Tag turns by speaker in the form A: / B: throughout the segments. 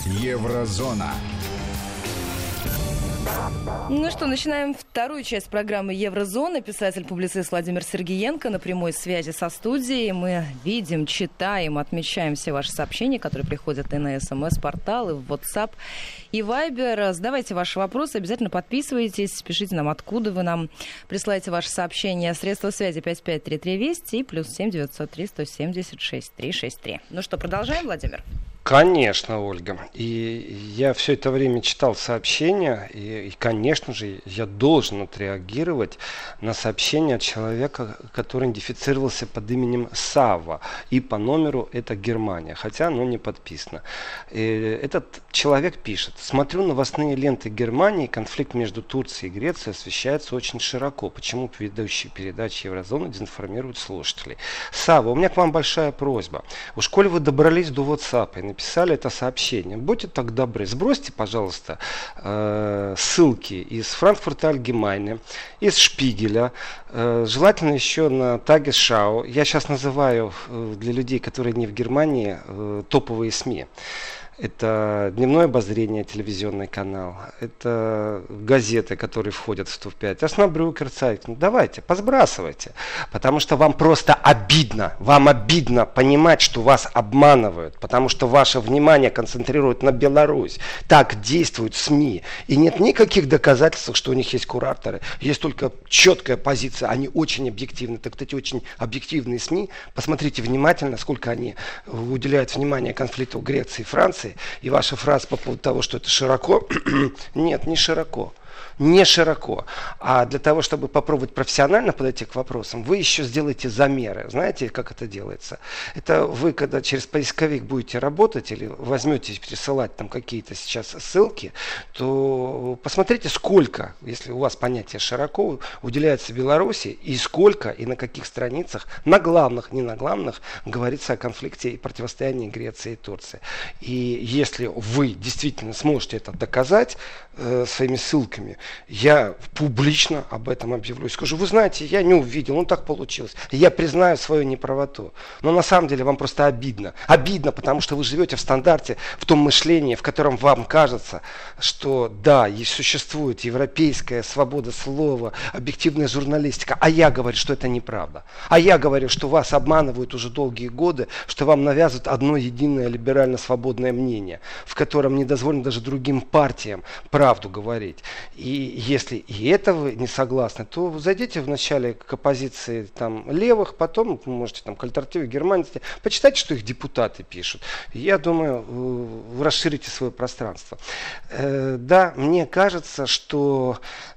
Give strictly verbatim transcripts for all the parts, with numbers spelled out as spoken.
A: Еврозона.
B: Ну что, начинаем вторую часть программы «Еврозона». Писатель-публицист Владимир Сергеенко на прямой связи со студией. Мы видим, читаем, отмечаем все ваши сообщения, которые приходят и на СМС-портал, и в WhatsApp, и Viber. Задавайте ваши вопросы, обязательно подписывайтесь, пишите нам, откуда вы нам присылаете ваши сообщения. Средства связи пять пять три три Вести и плюс семь девятьсот три сто семьдесят шесть триста шестьдесят три. Ну что, продолжаем, Владимир?
C: Конечно, Ольга. И я все это время читал сообщения, и, и, конечно же, я должен отреагировать на сообщение от человека, который идентифицировался под именем Савва, и по номеру это Германия, хотя оно не подписано. И этот человек пишет: смотрю новостные ленты Германии, конфликт между Турцией и Грецией освещается очень широко. Почему ведущие передачи Еврозоны дезинформируют слушателей? Савва, у меня к вам большая просьба. Уж коли вы добрались до WhatsApp и написали это сообщение, будьте так добры, сбросьте, пожалуйста, э, ссылки из Франкфурта Альгемайне, из Шпигеля, э, желательно еще на Тагесшау. Я сейчас называю э, для людей, которые не в Германии, э, топовые СМИ. Это дневное обозрение, телевизионный канал, это газеты, которые входят в топ пять. Оснабрюкер Цайтинг. Давайте, позбрасывайте. Потому что вам просто обидно. Вам обидно понимать, что вас обманывают. Потому что ваше внимание концентрирует на Беларусь. Так действуют СМИ. И нет никаких доказательств, что у них есть кураторы. Есть только четкая позиция. Они очень объективны. Так вот эти очень объективные СМИ, посмотрите внимательно, сколько они уделяют внимания конфликту Греции и Франции. И ваша фраза по поводу того, что это широко, нет, не широко. Не широко. А для того, чтобы попробовать профессионально подойти к вопросам, вы еще сделаете замеры. Знаете, как это делается? Это вы, когда через поисковик будете работать или возьмете пересылать там какие-то сейчас ссылки, то посмотрите, сколько, если у вас понятие широко, уделяется Беларуси, и сколько, и на каких страницах, на главных, не на главных, говорится о конфликте и противостоянии Греции и Турции. И если вы действительно сможете это доказать э, своими ссылками, я публично об этом объявлю. Скажу: вы знаете, я не увидел, ну так получилось. Я признаю свою неправоту. Но на самом деле вам просто обидно. Обидно, потому что вы живете в стандарте, в том мышлении, в котором вам кажется, что да, и существует европейская свобода слова, объективная журналистика. А я говорю, что это неправда. А я говорю, что вас обманывают уже долгие годы, что вам навязывают одно единое либерально-свободное мнение, в котором не дозволено даже другим партиям правду говорить. И если и это вы не согласны, то зайдите вначале к оппозиции там левых, потом можете там к альтернативе Германии, почитайте, что их депутаты пишут. Я думаю, вы расширите свое пространство. Э, да, мне кажется, что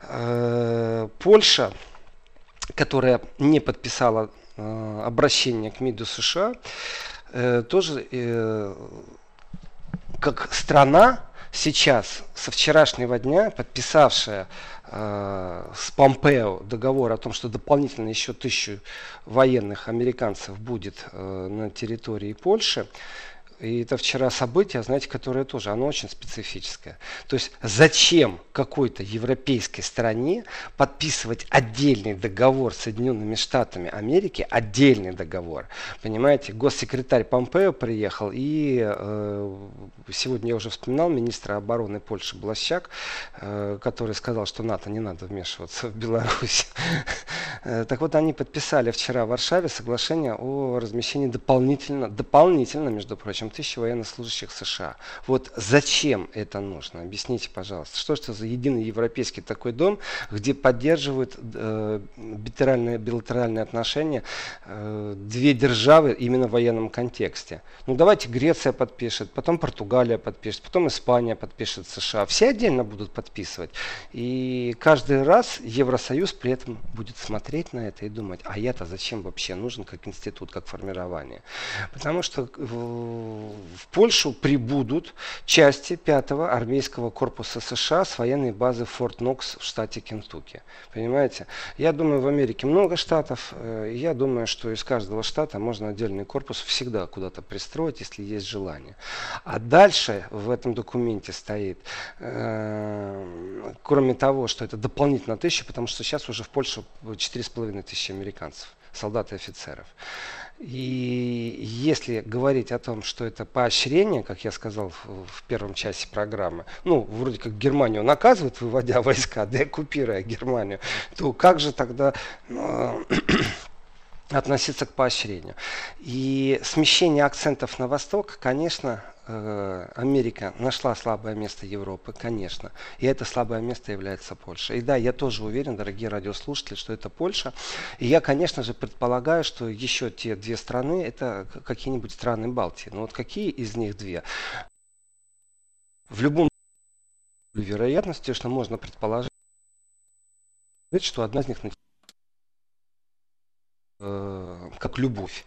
C: э, Польша, которая не подписала э, обращение к МИДу США, э, тоже э, как страна, сейчас, со вчерашнего дня, подписавшая э, с Помпео договор о том, что дополнительно еще тысячу военных американцев будет э, на территории Польши, и это вчера событие, знаете, которое тоже, оно очень специфическое. То есть зачем какой-то европейской стране подписывать отдельный договор с Соединенными Штатами Америки, отдельный договор? Понимаете, госсекретарь Помпео приехал, и э, сегодня я уже вспоминал министра обороны Польши Блащак, э, который сказал, что НАТО не надо вмешиваться в Беларусь. Так вот, они подписали вчера в Варшаве соглашение о размещении дополнительно, дополнительно, между прочим, тысячи военнослужащих США. Вот зачем это нужно? Объясните, пожалуйста. Что это за единый европейский такой дом, где поддерживают э, билатеральные, билатеральные отношения э, две державы именно в военном контексте? Ну давайте Греция подпишет, потом Португалия подпишет, потом Испания подпишет США. Все отдельно будут подписывать. И каждый раз Евросоюз при этом будет смотреть на это и думать: а я-то зачем вообще нужен как институт, как формирование? Потому что в, в Польшу прибудут части пятого армейского корпуса США с военной базы Форт Нокс в штате Кентукки. Понимаете? Я думаю, в Америке много штатов. Я думаю, что из каждого штата можно отдельный корпус всегда куда-то пристроить, если есть желание. А дальше в этом документе стоит, э, кроме того, что это дополнительно тысяча, потому что сейчас уже в Польше четыре с половиной тысячи американцев, солдат и офицеров. И если говорить о том, что это поощрение, как я сказал в, в первом часе программы, ну, вроде как Германию наказывают, выводя войска, да, оккупируя Германию, то как же тогда э, относиться к поощрению? И смещение акцентов на восток, конечно, э, Америка нашла слабое место Европы, конечно. И это слабое место является Польша. И да, я тоже уверен, дорогие радиослушатели, что это Польша. И я, конечно же, предполагаю, что еще те две страны, это какие-нибудь страны Балтии. Но вот какие из них две? В любом вероятности, что можно предположить, что одна из них э, как любовь.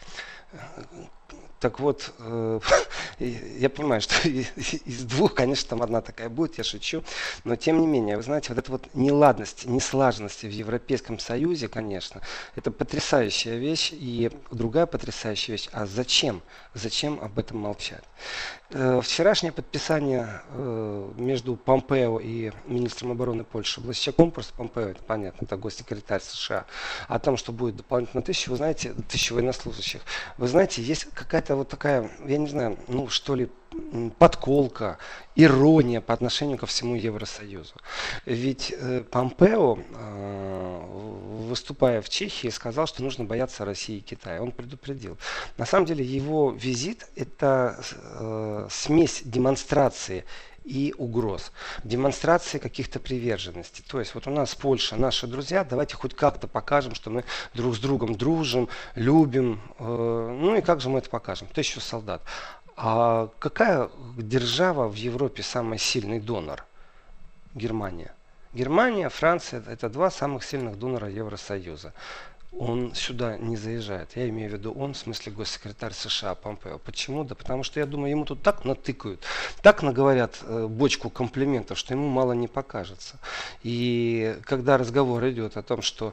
C: Так вот, э, я понимаю, что из двух, конечно, там одна такая будет, я шучу. Но тем не менее, вы знаете, вот эта вот неладность, неслаженность в Европейском Союзе, конечно, это потрясающая вещь. И другая потрясающая вещь, а зачем? Зачем об этом молчать? Э, вчерашнее подписание э, между Помпео и министром обороны Польши Блащаком, просто Помпео, это понятно, это госсекретарь США, о том, что будет дополнительно тысяча, вы знаете, тысяча военнослужащих. Вы знаете, есть какая-то вот такая, я не знаю, ну что ли, подколка, ирония по отношению ко всему Евросоюзу. Ведь э, Помпео, э, выступая в Чехии, сказал, что нужно бояться России и Китая. Он предупредил. На самом деле его визит это э, смесь демонстрации и угроз, демонстрации каких-то приверженностей. То есть вот у нас Польша, наши друзья, давайте хоть как-то покажем, что мы друг с другом дружим, любим. Э, ну и как же мы это покажем? Тысячу солдат. А какая держава в Европе самый сильный донор? Германия. Германия, Франция – это два самых сильных донора Евросоюза. Он сюда не заезжает. Я имею в виду он, в смысле госсекретарь США Помпео. Почему? Да потому что, я думаю, ему тут так натыкают, так наговорят э, бочку комплиментов, что ему мало не покажется. И когда разговор идет о том, что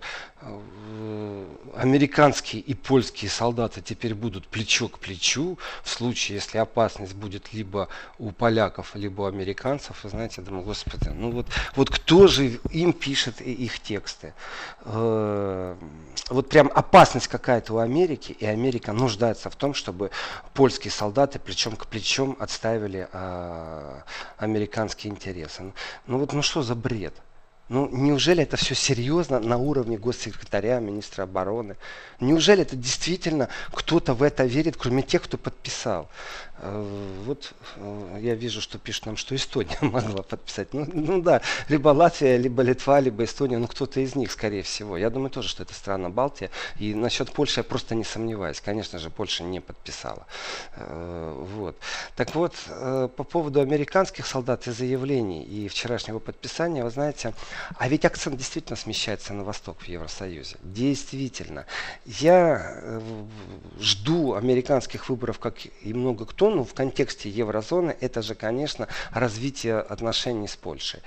C: э, американские и польские солдаты теперь будут плечо к плечу, в случае, если опасность будет либо у поляков, либо у американцев, вы знаете, я думаю, господи, ну вот, вот кто же им пишет их тексты? Э, Вот прям опасность какая-то у Америки, и Америка нуждается в том, чтобы польские солдаты плечом к плечом отстаивали э, американские интересы. Ну вот, ну что за бред? Ну, неужели это все серьезно на уровне госсекретаря, министра обороны? Неужели это действительно кто-то в это верит, кроме тех, кто подписал? Вот я вижу, что пишут нам, что Эстония могла подписать. Ну, ну да, либо Латвия, либо Литва, либо Эстония, ну кто-то из них, скорее всего. Я думаю тоже, что это страна Балтия. И насчет Польши я просто не сомневаюсь. Конечно же, Польша не подписала. Вот. Так вот, по поводу американских солдат и заявлений и вчерашнего подписания, вы знаете, а ведь акцент действительно смещается на восток в Евросоюзе. Действительно. Я жду американских выборов, как и много кто, но в контексте еврозоны это же, конечно, развитие отношений с Польшей.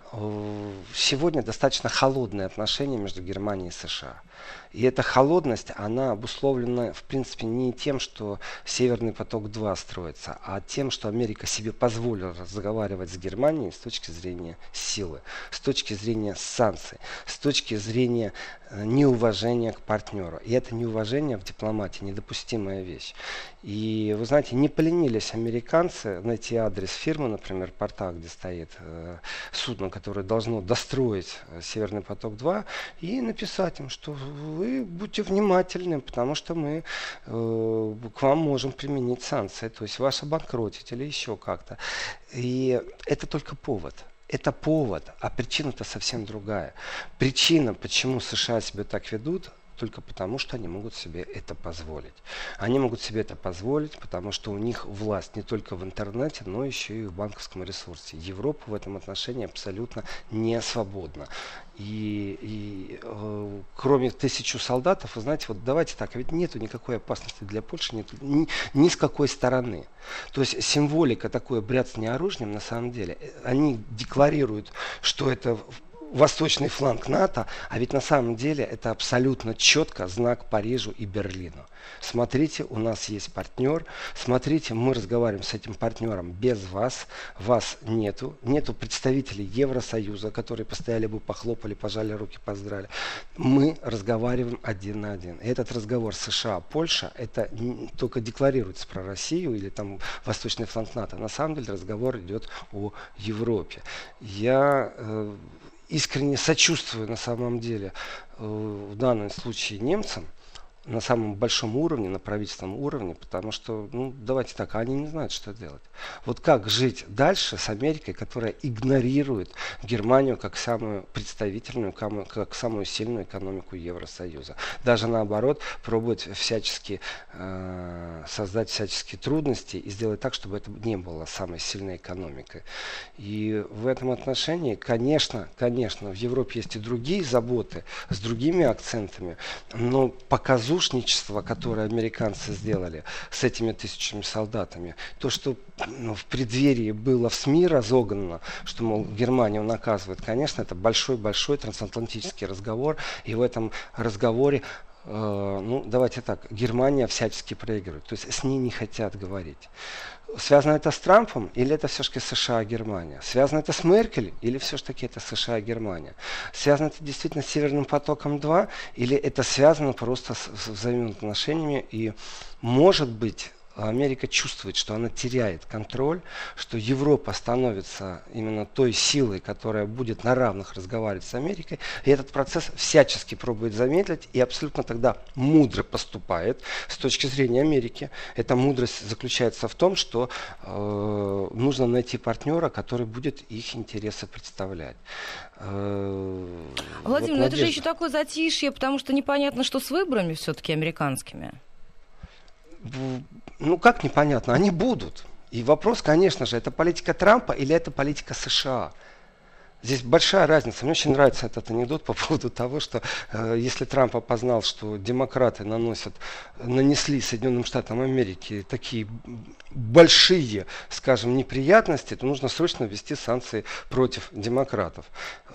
C: Сегодня достаточно холодные отношения между Германией и США. И эта холодность, она обусловлена, в принципе, не тем, что Северный поток-два строится, а тем, что Америка себе позволила разговаривать с Германией с точки зрения силы, с точки зрения санкций, с точки зрения неуважения к партнеру. И это неуважение в дипломатии недопустимая вещь. И, вы знаете, не поленились американцы найти адрес фирмы, например, порта, где стоит э, судно, которое должно достроить Северный поток-два, и написать им, что вы будьте внимательны, потому что мы э, к вам можем применить санкции, то есть вас обанкротить или еще как-то. И это только повод. Это повод, а причина-то совсем другая. Причина, почему США себя так ведут, только потому, что они могут себе это позволить. Они могут себе это позволить, потому что у них власть не только в интернете, но еще и в банковском ресурсе. Европа в этом отношении абсолютно не свободна. И, и э, кроме тысячи солдатов, вы знаете, вот давайте так, ведь нету никакой опасности для Польши, нет ни, ни с какой стороны. То есть символика такое бряцание оружием, на самом деле, они декларируют, что это восточный фланг НАТО, а ведь на самом деле это абсолютно четко знак Парижу и Берлину. Смотрите, у нас есть партнер, смотрите, мы разговариваем с этим партнером без вас, вас нету, нету представителей Евросоюза, которые постояли бы, похлопали, пожали руки, поздравили. Мы разговариваем один на один. И этот разговор США-Польша, это не только декларируется про Россию или там восточный фланг НАТО. На самом деле разговор идет о Европе. Я э, искренне сочувствую на самом деле э, в данном случае немцам, на самом большом уровне, на правительственном уровне, потому что, ну, давайте так, они не знают, что делать. Вот как жить дальше с Америкой, которая игнорирует Германию как самую представительную, как самую сильную экономику Евросоюза. Даже наоборот, пробует всячески э, создать всяческие трудности и сделать так, чтобы это не было самой сильной экономикой. И в этом отношении, конечно, конечно, в Европе есть и другие заботы с другими акцентами, но показу которое американцы сделали с этими тысячами солдатами, то, что ну, в преддверии было в СМИ разогнано, что, мол, Германию наказывает, конечно, это большой-большой трансатлантический разговор, и в этом разговоре э, ну, давайте так, Германия всячески проигрывает, то есть с ней не хотят говорить. Связано это с Трампом или это все-таки США-Германия? Связано это с Меркель или все-таки это США-Германия? Связано это действительно с Северным потоком-два или это связано просто с, с взаимоотношениями? И может быть Америка чувствует, что она теряет контроль, что Европа становится именно той силой, которая будет на равных разговаривать с Америкой, и этот процесс всячески пробует замедлить и абсолютно тогда мудро поступает с точки зрения Америки. Эта мудрость заключается в том, что э, нужно найти партнера, который будет их интересы представлять. Э,
B: Владимир,
C: вот
B: но это же еще такое затишье, потому что непонятно, что с выборами все-таки американскими.
C: Ну, как непонятно, они будут. И вопрос, конечно же, это политика Трампа или это политика США? Здесь большая разница. Мне очень нравится этот анекдот по поводу того, что э, если Трамп опознал, что демократы наносят, нанесли Соединенным Штатам Америки такие большие, скажем, неприятности, то нужно срочно ввести санкции против демократов.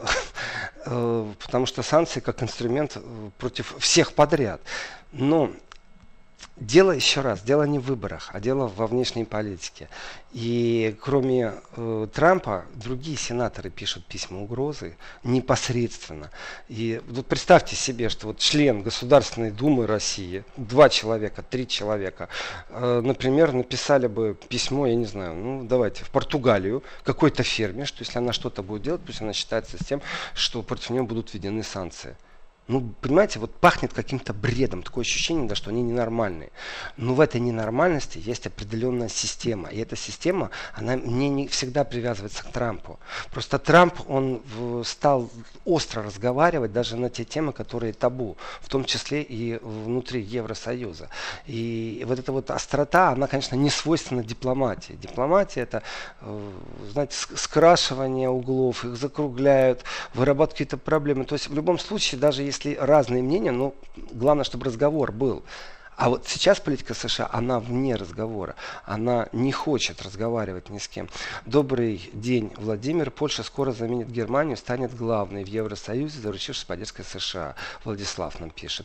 C: э, потому что санкции как инструмент против всех подряд. Но дело, еще раз, дело не в выборах, а дело во внешней политике. И кроме э, Трампа, другие сенаторы пишут письма угрозы непосредственно. И вот представьте себе, что вот член Государственной Думы России, два человека, три человека, э, например, написали бы письмо, я не знаю, ну давайте, в Португалию, какой-то фирме, что если она что-то будет делать, пусть она считается с тем, что против нее будут введены санкции. Ну, понимаете, вот пахнет каким-то бредом, такое ощущение, да, что они ненормальные. Но в этой ненормальности есть определенная система. И эта система, она мне не всегда привязывается к Трампу. Просто Трамп, он в, стал остро разговаривать даже на те темы, которые табу, в том числе и внутри Евросоюза. И вот эта вот острота, она, конечно, не свойственна дипломатии. Дипломатия это, знаете, скрашивание углов, их закругляют, вырабатывают какие-то проблемы. То есть в любом случае, даже если Если разные мнения, но главное, чтобы разговор был. А вот сейчас политика США, она вне разговора. Она не хочет разговаривать ни с кем. Добрый день, Владимир. Польша скоро заменит Германию, станет главной в Евросоюзе, заручившись поддержкой США. Владислав нам пишет.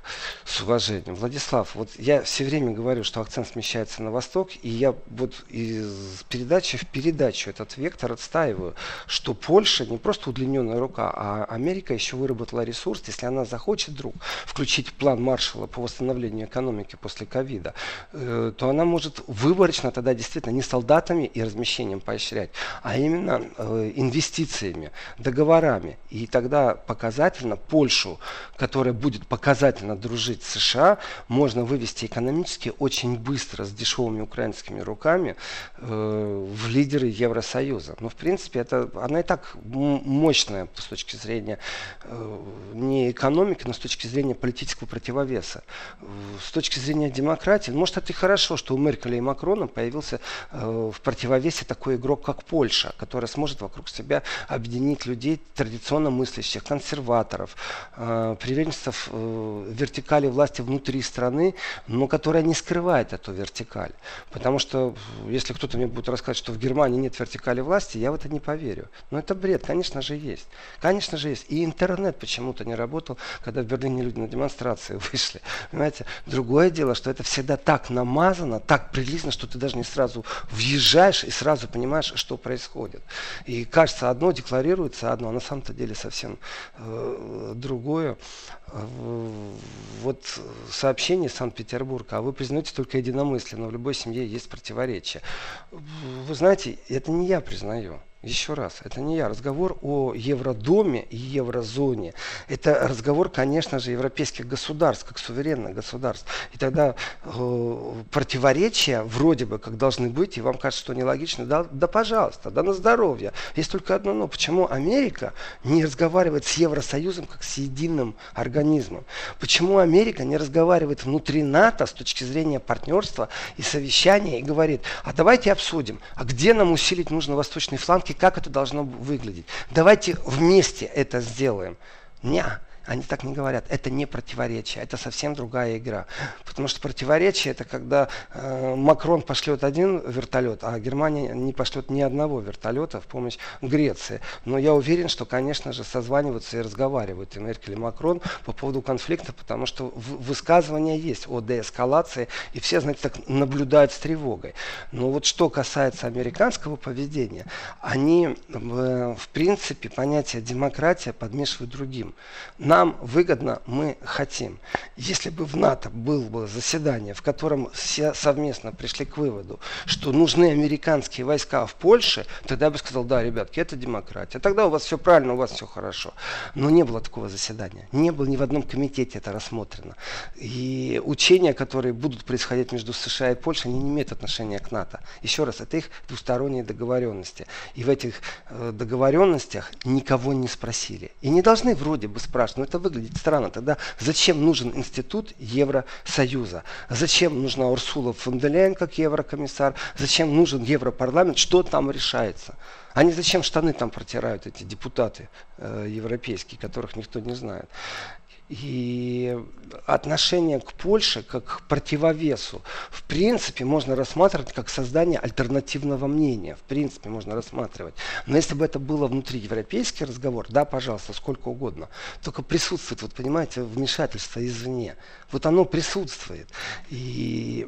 C: С уважением. Владислав, вот я все время говорю, что акцент смещается на восток, и я вот из передачи в передачу этот вектор отстаиваю, что Польша не просто удлиненная рука, а Америка еще выработала ресурс, если она захочет вдруг включить план Маршалла по восстановлению экономики, экономики после ковида, э, то она может выборочно тогда действительно не солдатами и размещением поощрять, а именно э, инвестициями, договорами. И тогда показательно Польшу, которая будет показательно дружить с США, можно вывести экономически очень быстро с дешевыми украинскими руками э, в лидеры Евросоюза. Но в принципе это, она и так мощная с точки зрения э, не экономики, но с точки зрения политического противовеса. с точки зрения демократии, может, это и хорошо, что у Меркеля и Макрона появился э, в противовесе такой игрок, как Польша, которая сможет вокруг себя объединить людей традиционно мыслящих, консерваторов, э, приверженцев э, вертикали власти внутри страны, но которая не скрывает эту вертикаль. Потому что, если кто-то мне будет рассказывать, что в Германии нет вертикали власти, я в это не поверю. Но это бред, конечно же, есть. Конечно же, есть. И интернет почему-то не работал, когда в Берлине люди на демонстрации вышли. Понимаете? Другое дело, что это всегда так намазано, так прилизано, что ты даже не сразу въезжаешь и сразу понимаешь, что происходит. И кажется, одно декларируется, одно, а на самом-то деле совсем э, другое. Вот сообщение из Санкт-Петербурга, а вы признаете только единомыслие, но в любой семье есть противоречия. Вы знаете, это не я признаю. Еще раз, это не я. Разговор о Евродоме и Еврозоне. Это разговор, конечно же, европейских государств, как суверенных государств. И тогда э, противоречия вроде бы как должны быть, и вам кажется, что нелогично. Да, да пожалуйста, да на здоровье. Есть только одно но. Почему Америка не разговаривает с Евросоюзом как с единым организмом? Почему Америка не разговаривает внутри НАТО с точки зрения партнерства и совещания и говорит, а давайте обсудим, а где нам усилить нужно восточный фланг, и как это должно выглядеть. Давайте вместе это сделаем. Ня. Они так не говорят. Это не противоречие. Это совсем другая игра. Потому что противоречие это когда э, Макрон пошлет один вертолет, а Германия не пошлет ни одного вертолета в помощь Греции. Но я уверен, что, конечно же, созваниваются и разговаривают и Меркель, и Макрон по поводу конфликта, потому что в- высказывания есть о деэскалации, и все, знаете, так наблюдают с тревогой. Но вот что касается американского поведения, они, э, в принципе, понятие демократия подмешивают другим. Нам выгодно, мы хотим. Если бы в НАТО было бы заседание, в котором все совместно пришли к выводу, что нужны американские войска в Польше, тогда я бы сказал, да, ребятки, это демократия. Тогда у вас все правильно, у вас все хорошо. Но не было такого заседания. Не было ни в одном комитете это рассмотрено. И учения, которые будут происходить между США и Польшей, они не имеют отношения к НАТО. Еще раз, это их двусторонние договоренности. И в этих э, договоренностях никого не спросили. И не должны вроде бы спрашивать. Но это выглядит странно. Тогда зачем нужен институт Евросоюза? Зачем нужна Урсула фон дер Ляйен как еврокомиссар? Зачем нужен Европарламент? Что там решается? Они зачем штаны там протирают, эти депутаты э, европейские, которых никто не знает? И отношение к Польше как к противовесу, в принципе, можно рассматривать как создание альтернативного мнения. В принципе, можно рассматривать. Но если бы это было внутриевропейский разговор, да, пожалуйста, сколько угодно. Только присутствует, вот понимаете, вмешательство извне. Вот оно присутствует. И...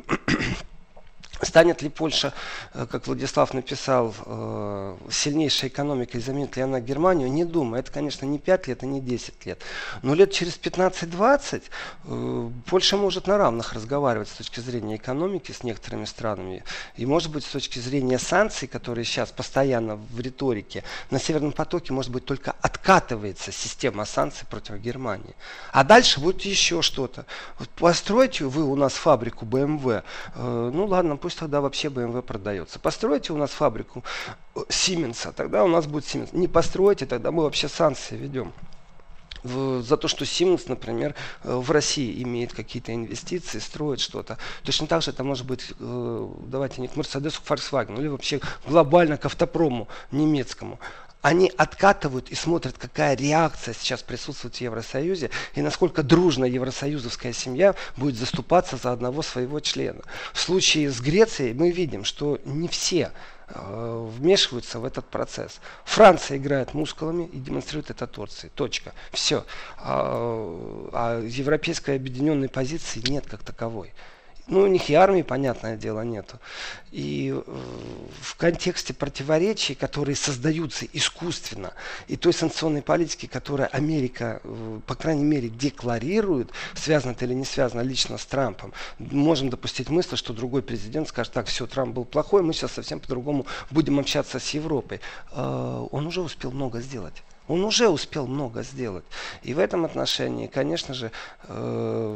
C: Станет ли Польша, как Владислав написал, сильнейшей экономикой, заменит ли она Германию? Не думаю. Это, конечно, не пять лет, и не десять лет. Но лет через пятнадцать-двадцать Польша может на равных разговаривать с точки зрения экономики с некоторыми странами. И, может быть, с точки зрения санкций, которые сейчас постоянно в риторике, на Северном потоке, может быть, только откатывается система санкций против Германии. А дальше будет еще что-то. Вот постройте вы у нас фабрику бэ эм вэ. Ну ладно, пусть тогда вообще бэ эм вэ продается. Постройте у нас фабрику Сименса, тогда у нас будет Сименс. Не постройте, тогда мы вообще санкции ведем. В, за то, что Siemens, например, в России имеет какие-то инвестиции, строит что-то. Точно так же это может быть, э, давайте не к Мерседесу, к Volkswagen, или вообще глобально к автопрому немецкому. Они откатывают и смотрят, какая реакция сейчас присутствует в Евросоюзе и насколько дружно евросоюзовская семья будет заступаться за одного своего члена. В случае с Грецией мы видим, что не все э, вмешиваются в этот процесс. Франция играет мускулами и демонстрирует это Турции. Точка. Все. А, а европейской объединенной позиции нет как таковой. Ну, у них и армии, понятное дело, нету. И э, в контексте противоречий, которые создаются искусственно, и той санкционной политики, которую Америка, э, по крайней мере, декларирует, связано это или не связано лично с Трампом, можем допустить мысль, что другой президент скажет, так, все, Трамп был плохой, мы сейчас совсем по-другому будем общаться с Европой. Э, он уже успел много сделать. Он уже успел много сделать. И в этом отношении, конечно же, э,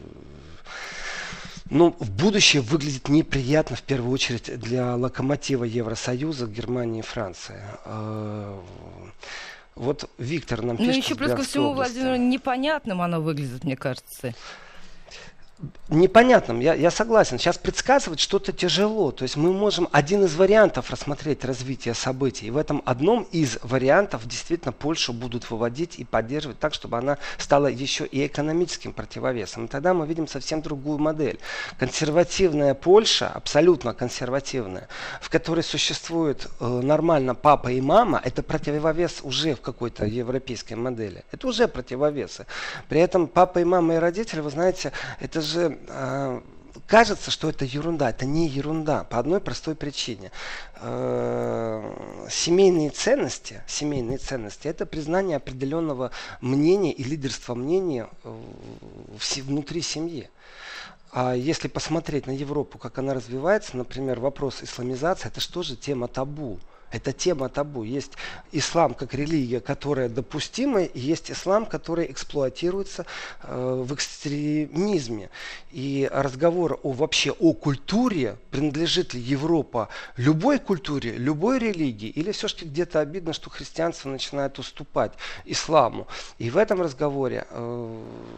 C: но в будущее выглядит неприятно, в первую очередь, для локомотива Евросоюза, Германии и Франции. Вот Виктор нам пишет.
B: Ну, еще плюс ко всему, Владимир, непонятным оно выглядит, мне кажется.
C: Непонятным, я, я согласен. Сейчас предсказывать что-то тяжело. То есть мы можем один из вариантов рассмотреть развитие событий. И в этом одном из вариантов действительно Польшу будут выводить и поддерживать так, чтобы она стала еще и экономическим противовесом. И тогда мы видим совсем другую модель. Консервативная Польша, абсолютно консервативная, в которой существует э, нормально папа и мама, это противовес уже в какой-то европейской модели. Это уже противовесы. При этом папа и мама и родители, вы знаете, это же э, кажется, что это ерунда. Это не ерунда по одной простой причине. Э, семейные ценности, семейные ценности, это признание определенного мнения и лидерства мнения э, внутри семьи. А если посмотреть на Европу, как она развивается, например, вопрос исламизации, это что же тема табу? Это тема табу. Есть ислам как религия, которая допустима, и есть ислам, который эксплуатируется э, в экстремизме. И разговор о, вообще о культуре, принадлежит ли Европа любой культуре, любой религии, или все-таки где-то обидно, что христианство начинает уступать исламу. И в этом разговоре э,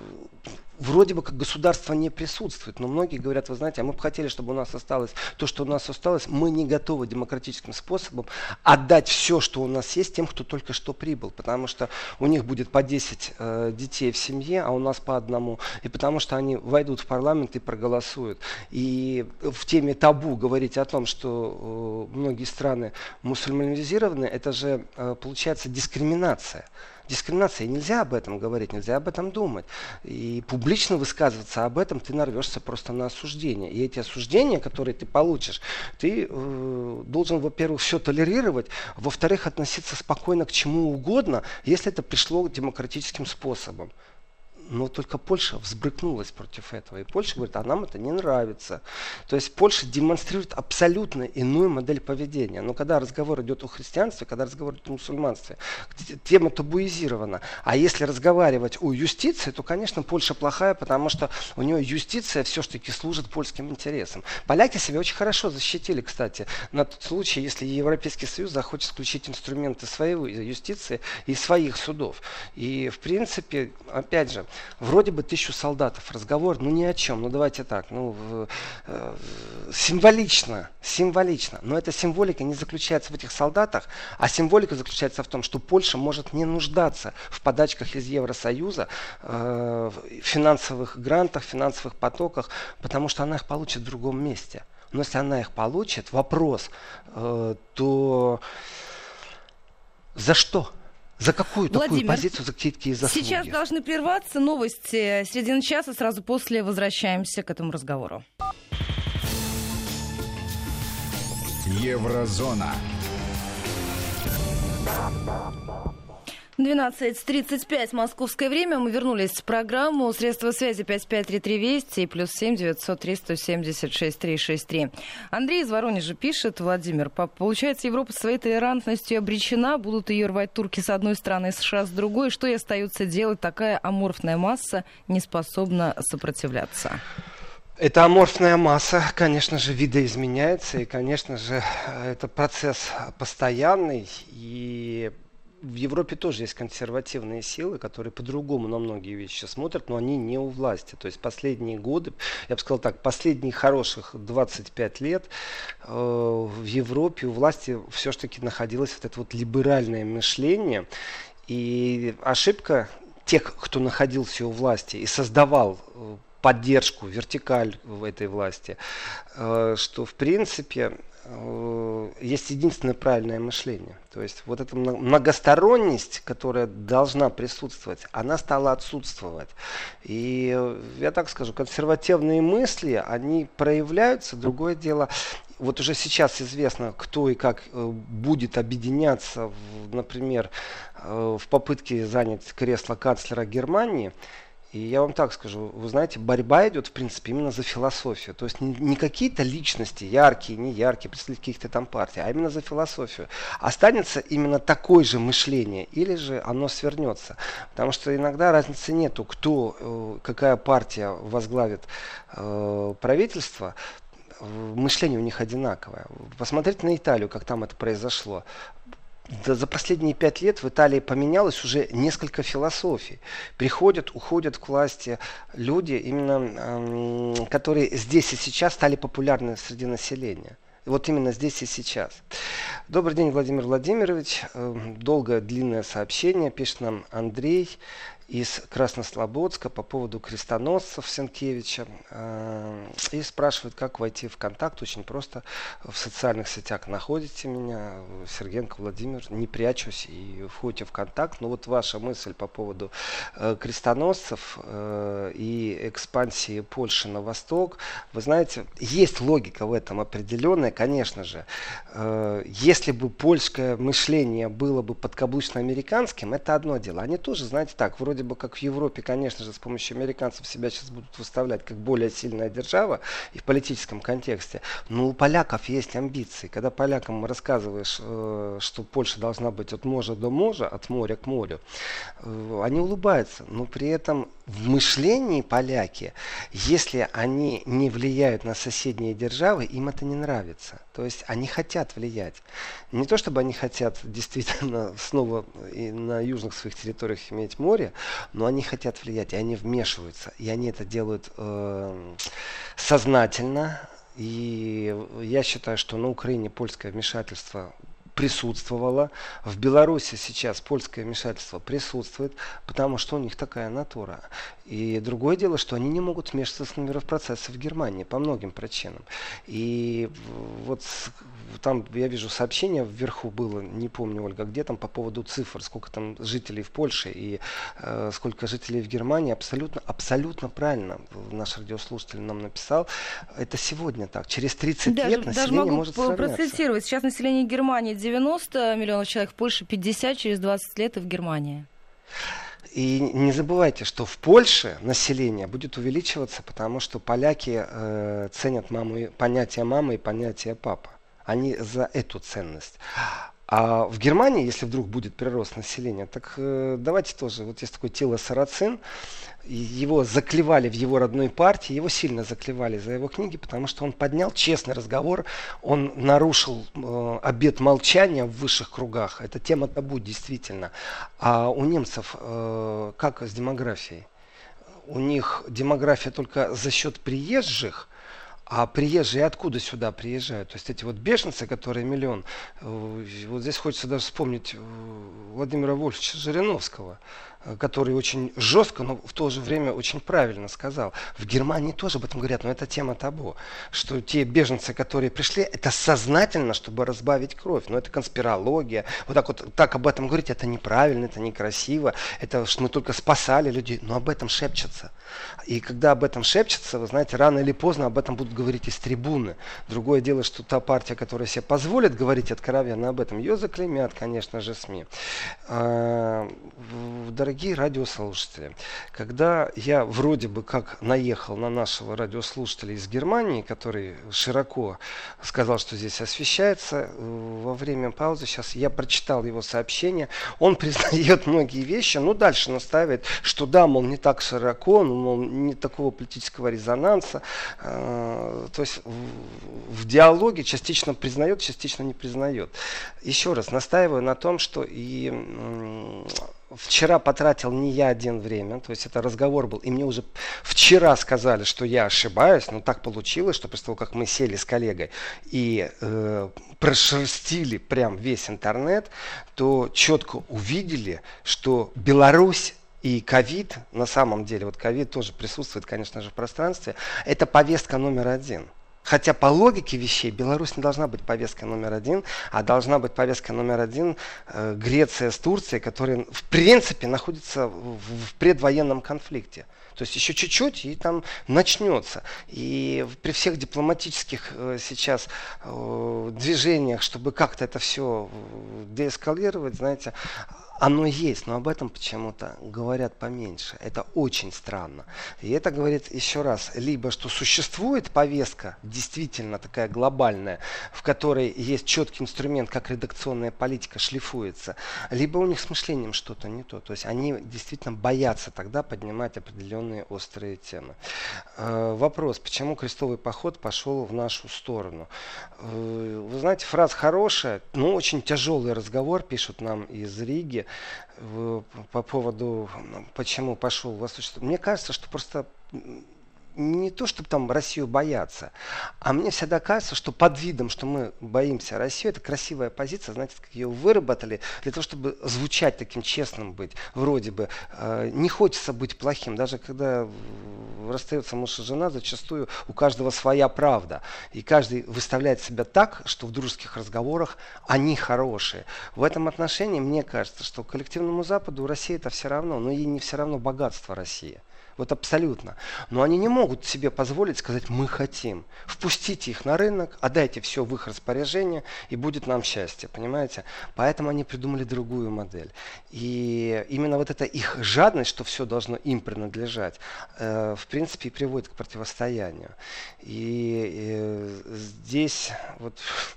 C: вроде бы как государство не присутствует, но многие говорят, вы знаете, а мы бы хотели, чтобы у нас осталось то, что у нас осталось. Мы не готовы демократическим способом отдать все, что у нас есть, тем, кто только что прибыл, потому что у них будет по десять э, детей в семье, а у нас по одному, и потому что они войдут в парламент и проголосуют. И в теме табу говорить о том, что э, многие страны мусульманизированы, это же э, получается дискриминация. Дискриминация. И нельзя об этом говорить, нельзя об этом думать. И публично высказываться об этом ты нарвешься просто на осуждение. И эти осуждения, которые ты получишь, ты э, должен, во-первых, все толерировать, во-вторых, относиться спокойно к чему угодно, если это пришло демократическим способом. Но только Польша взбрыкнулась против этого. И Польша говорит, а нам это не нравится. То есть Польша демонстрирует абсолютно иную модель поведения. Но когда разговор идет о христианстве, когда разговор идет о мусульманстве, тема табуизирована. А если разговаривать о юстиции, то, конечно, Польша плохая, потому что у нее юстиция все-таки служит польским интересам. Поляки себя очень хорошо защитили, кстати, на тот случай, если Европейский Союз захочет включить инструменты своей юстиции и своих судов. И, в принципе, опять же, вроде бы тысячу солдатов, разговор, ну ни о чем, ну давайте так, ну э, символично, символично, но эта символика не заключается в этих солдатах, а символика заключается в том, что Польша может не нуждаться в подачках из Евросоюза, э, финансовых грантах, финансовых потоках, потому что она их получит в другом месте. Но если она их получит, вопрос, э, то за что? За какую
B: Владимир,
C: такую позицию, за какие-то заслуги?
B: Сейчас должны прерваться новости середины часа. Сразу после возвращаемся к этому разговору.
A: Еврозона.
B: двенадцать тридцать пять московское время. Мы вернулись в программу. Средства связи пять пять три три Вести и плюс семь девятьсот три сто семьдесят шесть три шесть три. Андрей из Воронежа пишет, Владимир, получается, Европа своей толерантностью обречена, будут ее рвать турки с одной стороны, США с другой. Что и остается делать? Такая аморфная масса не способна сопротивляться.
C: Эта аморфная масса, конечно же, видоизменяется, и, конечно же, это процесс постоянный, и в Европе тоже есть консервативные силы, которые по-другому на многие вещи смотрят, но они не у власти. То есть последние годы, я бы сказал так, последние хороших двадцать пять лет э, в Европе у власти все-таки находилось вот это вот либеральное мышление. И ошибка тех, кто находился у власти и создавал э, поддержку, вертикаль в этой власти, э, что в принципе есть единственное правильное мышление. То есть вот эта многосторонность, которая должна присутствовать, она стала отсутствовать. И я так скажу, консервативные мысли, они проявляются. Другое дело, вот уже сейчас известно, кто и как будет объединяться, например, в попытке занять кресло канцлера Германии. И я вам так скажу, вы знаете, борьба идет, в принципе, именно за философию. То есть не, не какие-то личности, яркие, не яркие, представители каких-то там партий, а именно за философию. Останется именно такое же мышление, или же оно свернется. Потому что иногда разницы нету, кто, э, какая партия возглавит э, правительство. Мышление у них одинаковое. Посмотрите на Италию, как там это произошло. да, за последние пять лет в Италии поменялось уже несколько философий. Приходят, уходят к власти люди, именно э, которые здесь и сейчас стали популярны среди населения. Вот именно здесь и сейчас. Добрый день, Владимир Владимирович. Долгое, длинное сообщение пишет нам Андрей из Краснослободска по поводу крестоносцев Сенкевича. И спрашивает, как войти в контакт. Очень просто. В социальных сетях находите меня. Сергеенко Владимир. Не прячусь и входите в контакт. Но вот ваша мысль по поводу крестоносцев и экспансии Польши на восток. Вы знаете, есть логика в этом определенная, конечно же. Если бы польское мышление было бы подкаблучно-американским, это одно дело. Они тоже, знаете, так, вроде бы как в Европе, конечно же, с помощью американцев себя сейчас будут выставлять как более сильная держава и в политическом контексте. Но у поляков есть амбиции. Когда полякам рассказываешь, что Польша должна быть от моря до моря, от моря к морю, они улыбаются. Но при этом в мышлении поляки, если они не влияют на соседние державы, им это не нравится. То есть они хотят влиять. Не то чтобы они хотят действительно снова и на южных своих территориях иметь море, но они хотят влиять, и они вмешиваются. И они это делают э, сознательно. И я считаю, что на Украине польское вмешательство присутствовало. В Беларуси сейчас польское вмешательство присутствует, потому что у них такая натура. И другое дело, что они не могут вмешиваться в миропроцессы в Германии по многим причинам. И вот там я вижу сообщение вверху было, не помню, Ольга, где там по поводу цифр, сколько там жителей в Польше и э, сколько жителей в Германии. Абсолютно, абсолютно правильно наш радиослушатель нам написал. Это сегодня так. Через тридцать
B: даже,
C: лет население
B: даже могу
C: может сравняться.
B: процитировать. Сейчас население Германии девяносто миллионов человек, в Польше пятьдесят, через двадцать лет и в Германии.
C: И не забывайте, что в Польше население будет увеличиваться, потому что поляки э, ценят маму, понятие мамы и понятие папа. Они за эту ценность. А в Германии, если вдруг будет прирост населения, так э, давайте тоже, вот есть такое тело Сарацин, его заклевали в его родной партии, его сильно заклевали за его книги, потому что он поднял честный разговор, он нарушил э, обет молчания в высших кругах. Это тема табу, действительно. А у немцев э, как с демографией? У них демография только за счет приезжих. А приезжие откуда сюда приезжают? То есть эти вот беженцы, которые миллион. Вот здесь хочется даже вспомнить Владимира Вольфовича Жириновского, который очень жестко, но в то же время очень правильно сказал. В Германии тоже об этом говорят, но это тема табу. Что те беженцы, которые пришли, это сознательно, чтобы разбавить кровь. Но это конспирология. Вот так вот так об этом говорить, это неправильно, это некрасиво. Это что мы только спасали людей. Но об этом шепчется. И когда об этом шепчется, вы знаете, рано или поздно об этом будут говорить из трибуны. Другое дело, что та партия, которая себе позволит говорить откровенно об этом, ее заклеймят, конечно же, СМИ. Дорогие радиослушатели, когда я вроде бы как наехал на нашего радиослушателя из Германии, который широко сказал, что здесь освещается, во время паузы сейчас я прочитал его сообщение, он признает многие вещи, но дальше настаивает, что да, мол, не так широко, ну, мол, не такого политического резонанса, то есть в, в диалоге частично признает, частично не признает. Еще раз настаиваю на том, что и вчера потратил не я один время, то есть это разговор был, и мне уже вчера сказали, что я ошибаюсь, но так получилось, что после того, как мы сели с коллегой и э, прошерстили прям весь интернет, то четко увидели, что Беларусь и ковид, на самом деле, вот ковид тоже присутствует, конечно же, в пространстве, это повестка номер один. Хотя по логике вещей Беларусь не должна быть повесткой номер один, а должна быть повесткой номер один э, Греция с Турцией, которые в принципе находятся в, в предвоенном конфликте. То есть еще чуть-чуть и там начнется. И при всех дипломатических э, сейчас э, движениях, чтобы как-то это все деэскалировать, знаете, Оно есть, но об этом почему-то говорят поменьше. Это очень странно. И это говорит еще раз, либо что существует повестка, действительно такая глобальная, в которой есть четкий инструмент, как редакционная политика шлифуется, либо у них с мышлением что-то не то. То есть они действительно боятся тогда поднимать определенные острые темы. Э, вопрос, почему крестовый поход пошел в нашу сторону? Э, вы знаете, фраза хорошая, но очень тяжелый разговор, пишут нам из Риги, по поводу, почему пошел Восточный. Мне кажется, что просто не то, чтобы там Россию бояться, а мне всегда кажется, что под видом, что мы боимся Россию, это красивая позиция, знаете, как ее выработали, для того, чтобы звучать таким честным быть, вроде бы. Э, не хочется быть плохим, даже когда расстается муж и жена, зачастую у каждого своя правда, и каждый выставляет себя так, что в дружеских разговорах они хорошие. В этом отношении мне кажется, что коллективному Западу Россия это все равно, но ей не все равно богатство России. Вот абсолютно. Но они не могут себе позволить сказать, мы хотим. Впустите их на рынок, отдайте все в их распоряжение, и будет нам счастье. Понимаете? Поэтому они придумали другую модель. И именно вот эта их жадность, что все должно им принадлежать, э, в принципе и приводит к противостоянию. И э, здесь вот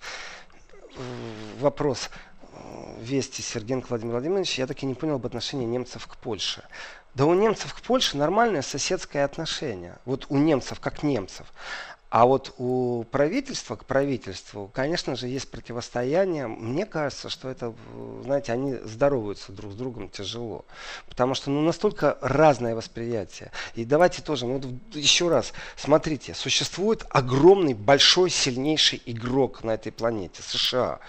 C: вопрос Вести Сергеенко Владимир Владимирович, я так и не понял об отношении немцев к Польше. Да у немцев к Польше нормальное соседское отношение. Вот у немцев как немцев. А вот у правительства к правительству, конечно же, есть противостояние. Мне кажется, что это, знаете, они здороваются друг с другом тяжело. Потому что ну, настолько разное восприятие. И давайте тоже, ну, еще раз, смотрите, существует огромный, большой, сильнейший игрок на этой планете, США.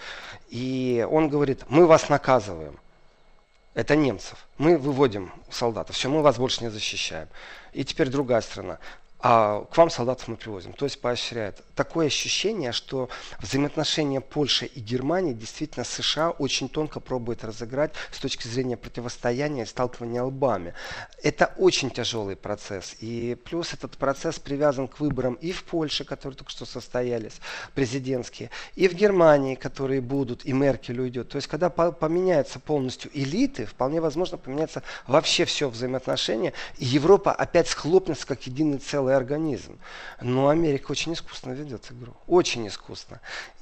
C: И он говорит, мы вас наказываем. Это немцев. Мы выводим солдатов. Все, мы вас больше не защищаем. И теперь другая страна. А к вам солдатов мы привозим. То есть поощряет. Такое ощущение, что взаимоотношения Польши и Германии действительно США очень тонко пробует разыграть с точки зрения противостояния и сталкивания лбами. Это очень тяжелый процесс. И плюс этот процесс привязан к выборам и в Польше, которые только что состоялись, президентские, и в Германии, которые будут, и Меркель уйдет. То есть когда поменяются полностью элиты, вполне возможно поменяется вообще все взаимоотношения, и Европа опять схлопнется как единый целый организм. Но Америка очень искусно ведет игру. Очень искусно.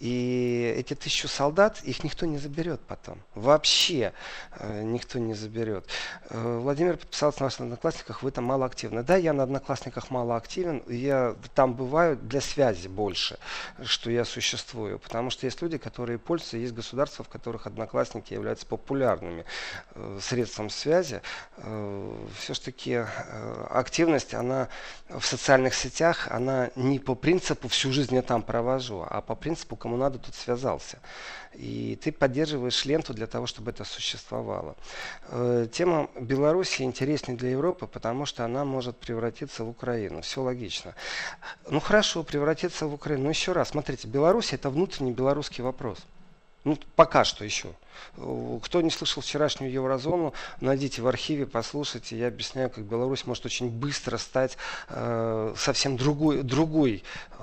C: И эти тысячу солдат, их никто не заберет потом. Вообще э, никто не заберет. Э, Владимир подписался на ваших одноклассниках, вы там мало активны. Да, я на одноклассниках мало активен. Я там бываю для связи больше, что я существую. Потому что есть люди, которые пользуются, есть государства, в которых одноклассники являются популярными э, средством связи. Э, все-таки э, активность, она в социальных сетях, она не по принципу всю жизнь я там провожу, а по принципу кому надо, тут связался. И ты поддерживаешь ленту для того, чтобы это существовало. Э, тема Беларуси интереснее для Европы, потому что она может превратиться в Украину. Все логично. Ну хорошо, превратиться в Украину. Но еще раз, смотрите, Беларусь это внутренний белорусский вопрос. Ну, пока что еще. Кто не слышал вчерашнюю Еврозону, найдите в архиве, послушайте. Я объясняю, как Беларусь может очень быстро стать э, совсем другой, другой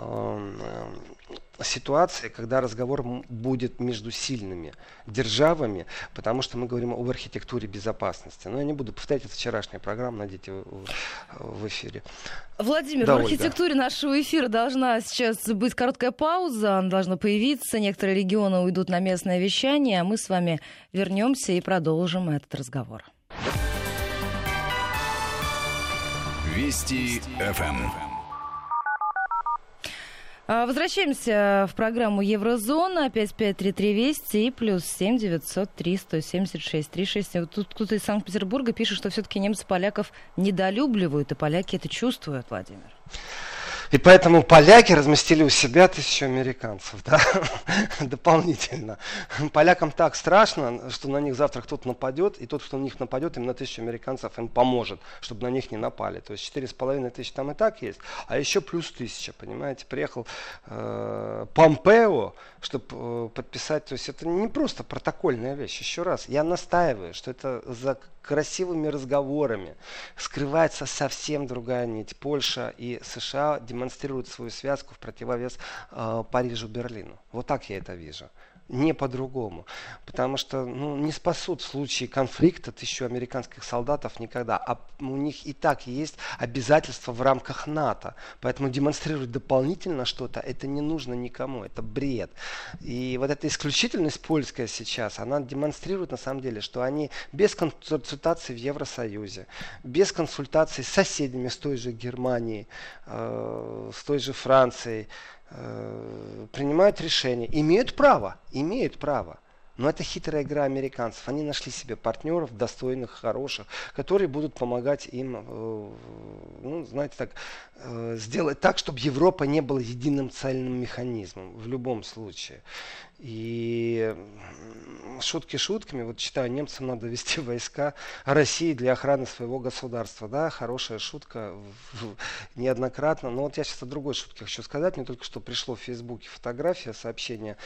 C: э, ситуацией, когда разговор будет между сильными державами, потому что мы говорим об архитектуре безопасности. Но я не буду повторять, это вчерашняя программа, найдите в, в эфире.
B: Владимир,
C: да,
B: в архитектуре
C: Ольга.
B: Нашего эфира должна сейчас быть короткая пауза, она должна появиться, некоторые регионы уйдут на местное вещание, а мы с вами вернемся и продолжим этот разговор.
A: Вести эф эм.
B: Возвращаемся в программу Еврозона. пять пять три три Вести и плюс семь девятьсот три сто семьдесят шесть триста шестьдесят семь. Вот тут кто-то из Санкт-Петербурга пишет, что все-таки немцы поляков недолюбливают, и поляки это чувствуют, Владимир.
C: И поэтому поляки разместили у себя тысячу американцев, да, дополнительно. Полякам так страшно, что на них завтра кто-то нападет, и тот, кто на них нападет, именно тысячу американцев им поможет, чтобы на них не напали. То есть четыре с половиной тысячи там и так есть, а еще плюс тысяча, понимаете. Приехал э, Помпео, чтобы э, подписать. То есть это не просто протокольная вещь. Еще раз, я настаиваю, что это за красивыми разговорами скрывается совсем другая нить. Польша и США демонстрируют свою связку в противовес э, Парижу, Берлину. Вот так я это вижу. Не по-другому. Потому что ну, не спасут в случае конфликта тысячу американских солдатов никогда. А у них и так есть обязательства в рамках НАТО. Поэтому демонстрировать дополнительно что-то, это не нужно никому. Это бред. И вот эта исключительность польская сейчас, она демонстрирует на самом деле, что они без консультаций в Евросоюзе, без консультаций с соседями, с той же Германией, э, с той же Францией, принимают решения, имеют право, имеют право. Но это хитрая игра американцев. Они нашли себе партнеров, достойных, хороших, которые будут помогать им, ну, знаете, так, сделать так, чтобы Европа не была единым цельным механизмом в любом случае. И шутки шутками, вот считаю, немцам надо вести войска России для охраны своего государства. Да, хорошая шутка неоднократно. Но вот я сейчас о другой шутке хочу сказать. Мне только что пришло в Фейсбуке фотография, сообщение,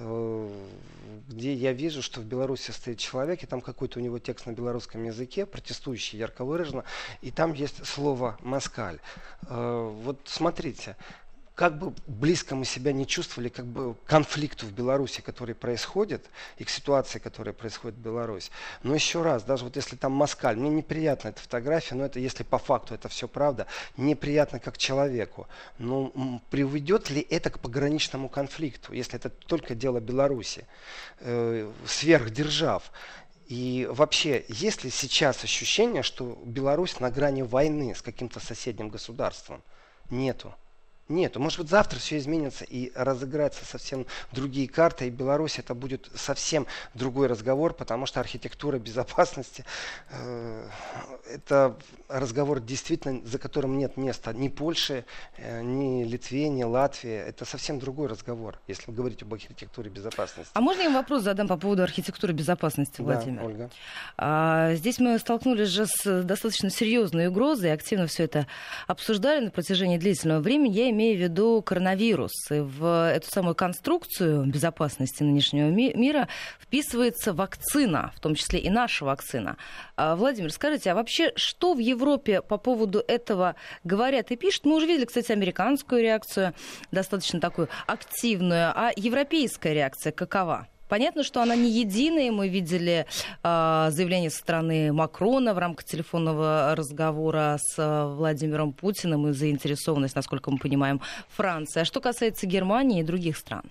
C: где я вижу, что в Беларуси стоит человек, и там какой-то у него текст на белорусском языке, протестующий ярко выраженно, и там есть слово «москаль». Вот смотрите. Как бы близко мы себя не чувствовали как бы к конфликту в Беларуси, который происходит, и к ситуации, которая происходит в Беларуси. Но еще раз, даже вот если там москаль, мне неприятна эта фотография, но это если по факту это все правда, неприятно как человеку. Но приведет ли это к пограничному конфликту, если это только дело Беларуси, э, сверхдержав? И вообще, есть ли сейчас ощущение, что Беларусь на грани войны с каким-то соседним государством? Нету. Нет, может быть завтра все изменится и разыграются совсем другие карты, и Беларусь это будет совсем другой разговор, потому что архитектура безопасности э, это разговор действительно, за которым нет места ни Польши, э, ни Литве, ни Латвии. Это совсем другой разговор, если говорить об архитектуре безопасности.
B: А можно я вам вопрос задам по поводу архитектуры безопасности, Владимир?
C: Да, Ольга.
B: А, здесь мы столкнулись же с достаточно серьезной угрозой, активно все это обсуждали на протяжении длительного времени. Я имею в виду коронавирус. И в эту самую конструкцию безопасности нынешнего ми- мира вписывается вакцина, в том числе и наша вакцина. А, Владимир, скажите, а вообще что в Европе по поводу этого говорят и пишут? Мы уже видели, кстати, американскую реакцию, достаточно такую активную. А европейская реакция какова? Понятно, что она не единая. Мы видели э, заявление со стороны Макрона в рамках телефонного разговора с э, Владимиром Путиным и заинтересованность, насколько мы понимаем, Франции. А что касается Германии и других стран?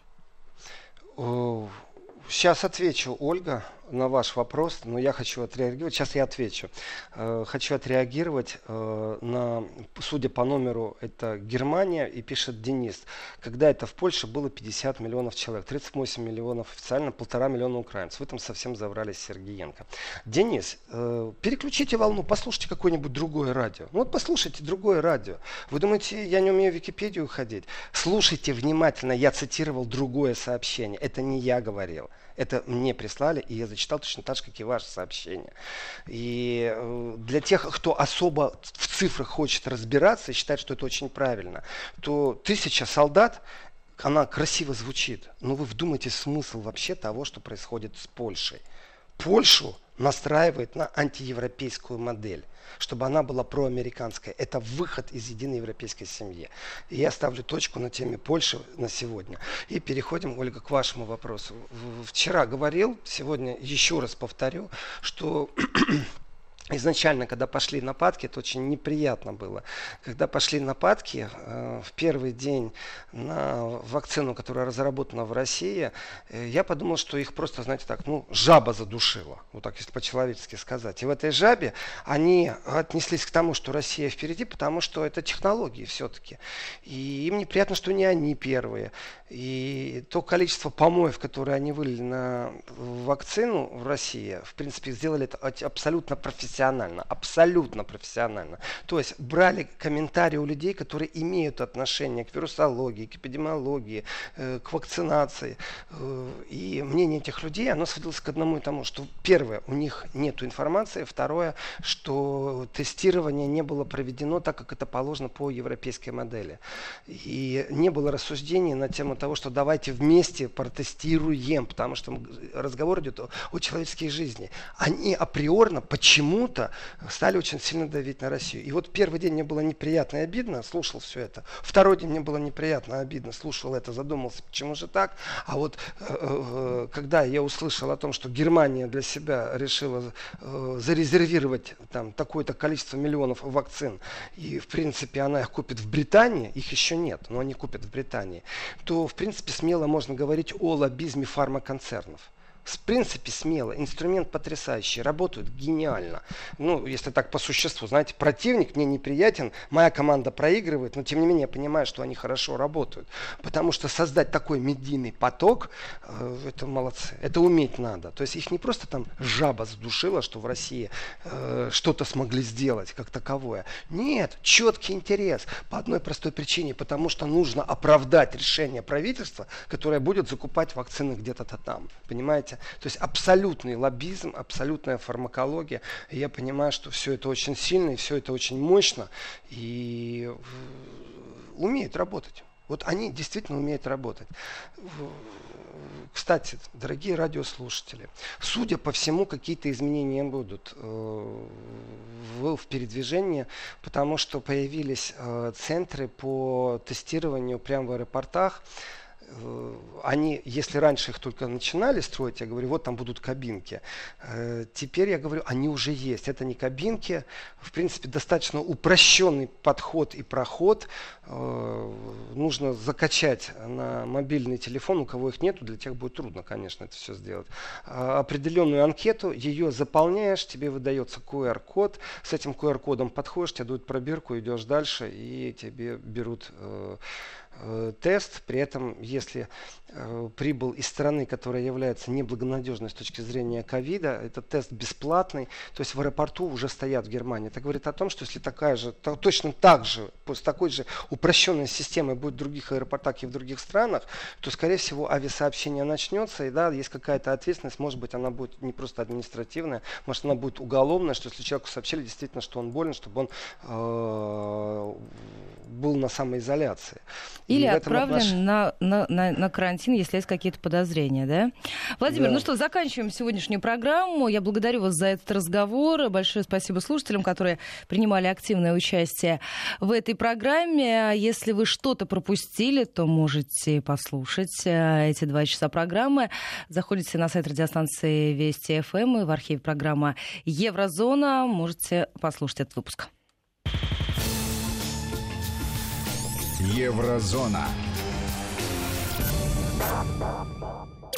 C: Сейчас отвечу, Ольга, на ваш вопрос, но я хочу отреагировать. Сейчас я отвечу. Э, хочу отреагировать э, на, судя по номеру, это Германия, и пишет Денис. Когда это в Польше было пятьдесят миллионов человек, тридцать восемь миллионов официально, полтора миллиона украинцев. Вы там совсем заврались, Сергеенко. Денис, э, переключите волну, послушайте какое-нибудь другое радио. Ну вот послушайте другое радио. Вы думаете, я не умею в Википедию ходить? Слушайте внимательно, я цитировал другое сообщение. Это не я говорил. Это мне прислали, и я зачитал точно так же, как и ваше сообщение. И э, для тех, кто особо в цифрах хочет разбираться и считает, что это очень правильно, то тысяча солдат, она красиво звучит. Но вы вдумайтесь в смысл вообще того, что происходит с Польшей. Польшу настраивает на антиевропейскую модель, чтобы она была проамериканская. Это выход из единой европейской семьи. И я ставлю точку на теме Польши на сегодня. И переходим, Ольга, к вашему вопросу. Вчера говорил, сегодня еще раз повторю, что изначально, когда пошли нападки, это очень неприятно было. Когда пошли нападки, э, в первый день на вакцину, которая разработана в России, э, я подумал, что их просто, знаете так, ну, жаба задушила. Вот так, если по-человечески сказать. И в этой жабе они отнеслись к тому, что Россия впереди, потому что это технологии все-таки. И им неприятно, что не они первые. И то количество помоев, которые они вылили на вакцину в России, в принципе, сделали это абсолютно профессионально. Профессионально, абсолютно профессионально. То есть брали комментарии у людей, которые имеют отношение к вирусологии, к эпидемиологии, э, к вакцинации. Э, и мнение этих людей, оно сводилось к одному и тому, что первое, у них нет информации, второе, что тестирование не было проведено так, как это положено по европейской модели. И не было рассуждений на тему того, что давайте вместе протестируем, потому что разговор идет о, о человеческой жизни. Они априорно почему почему-то стали очень сильно давить на Россию. И вот первый день мне было неприятно и обидно, слушал все это. Второй день мне было неприятно и обидно, слушал это, задумался, почему же так. А вот э, когда я услышал о том, что Германия для себя решила э, зарезервировать там такое-то количество миллионов вакцин, и в принципе она их купит в Британии, их еще нет, но они купят в Британии, то в принципе смело можно говорить о лоббизме фармаконцернов. В принципе, смело. Инструмент потрясающий. Работают гениально. Ну, если так по существу, знаете, противник мне неприятен, моя команда проигрывает, но тем не менее я понимаю, что они хорошо работают. Потому что создать такой медийный поток, э, это молодцы. Это уметь надо. То есть их не просто там жаба задушила, что в России э, что-то смогли сделать как таковое. Нет, четкий интерес. По одной простой причине. Потому что нужно оправдать решение правительства, которое будет закупать вакцины где-то там. Понимаете? То есть абсолютный лоббизм, абсолютная фармакология. И я понимаю, что все это очень сильно, и все это очень мощно. И умеют работать. Вот они действительно умеют работать. Кстати, дорогие радиослушатели, судя по всему, какие-то изменения будут в, в передвижении, потому что появились центры по тестированию прямо в аэропортах. Они, если раньше их только начинали строить, я говорю, вот там будут кабинки. Теперь я говорю, они уже есть. Это не кабинки. В принципе, достаточно упрощенный подход и проход. Нужно закачать на мобильный телефон, у кого их нету, для тех будет трудно, конечно, это все сделать. Определенную анкету, ее заполняешь, тебе выдается ку ар код. С этим ку ар кодом подходишь, тебе дают пробирку, идешь дальше, и тебе берут тест. При этом, если э, прибыл из страны, которая является неблагонадежной с точки зрения ковида, этот тест бесплатный, то есть в аэропорту уже стоят в Германии. Это говорит о том, что если такая же, то, точно так же, с такой же упрощенной системой будет в других аэропортах и в других странах, то, скорее всего, авиасообщение начнется, и да, есть какая-то ответственность, может быть, она будет не просто административная, может, она будет уголовная, что если человеку сообщили действительно, что он болен, чтобы он э, был на самоизоляции.
B: Или отправлен отнош... на, на, на, на карантин, если есть какие-то подозрения, да? Владимир, да. Ну что, заканчиваем сегодняшнюю программу. Я благодарю вас за этот разговор. Большое спасибо слушателям, которые принимали активное участие в этой программе. Если вы что-то пропустили, то можете послушать эти два часа программы. Заходите на сайт радиостанции Вести эф эм и в архив программа «Еврозона». Можете послушать этот выпуск.
A: Еврозона.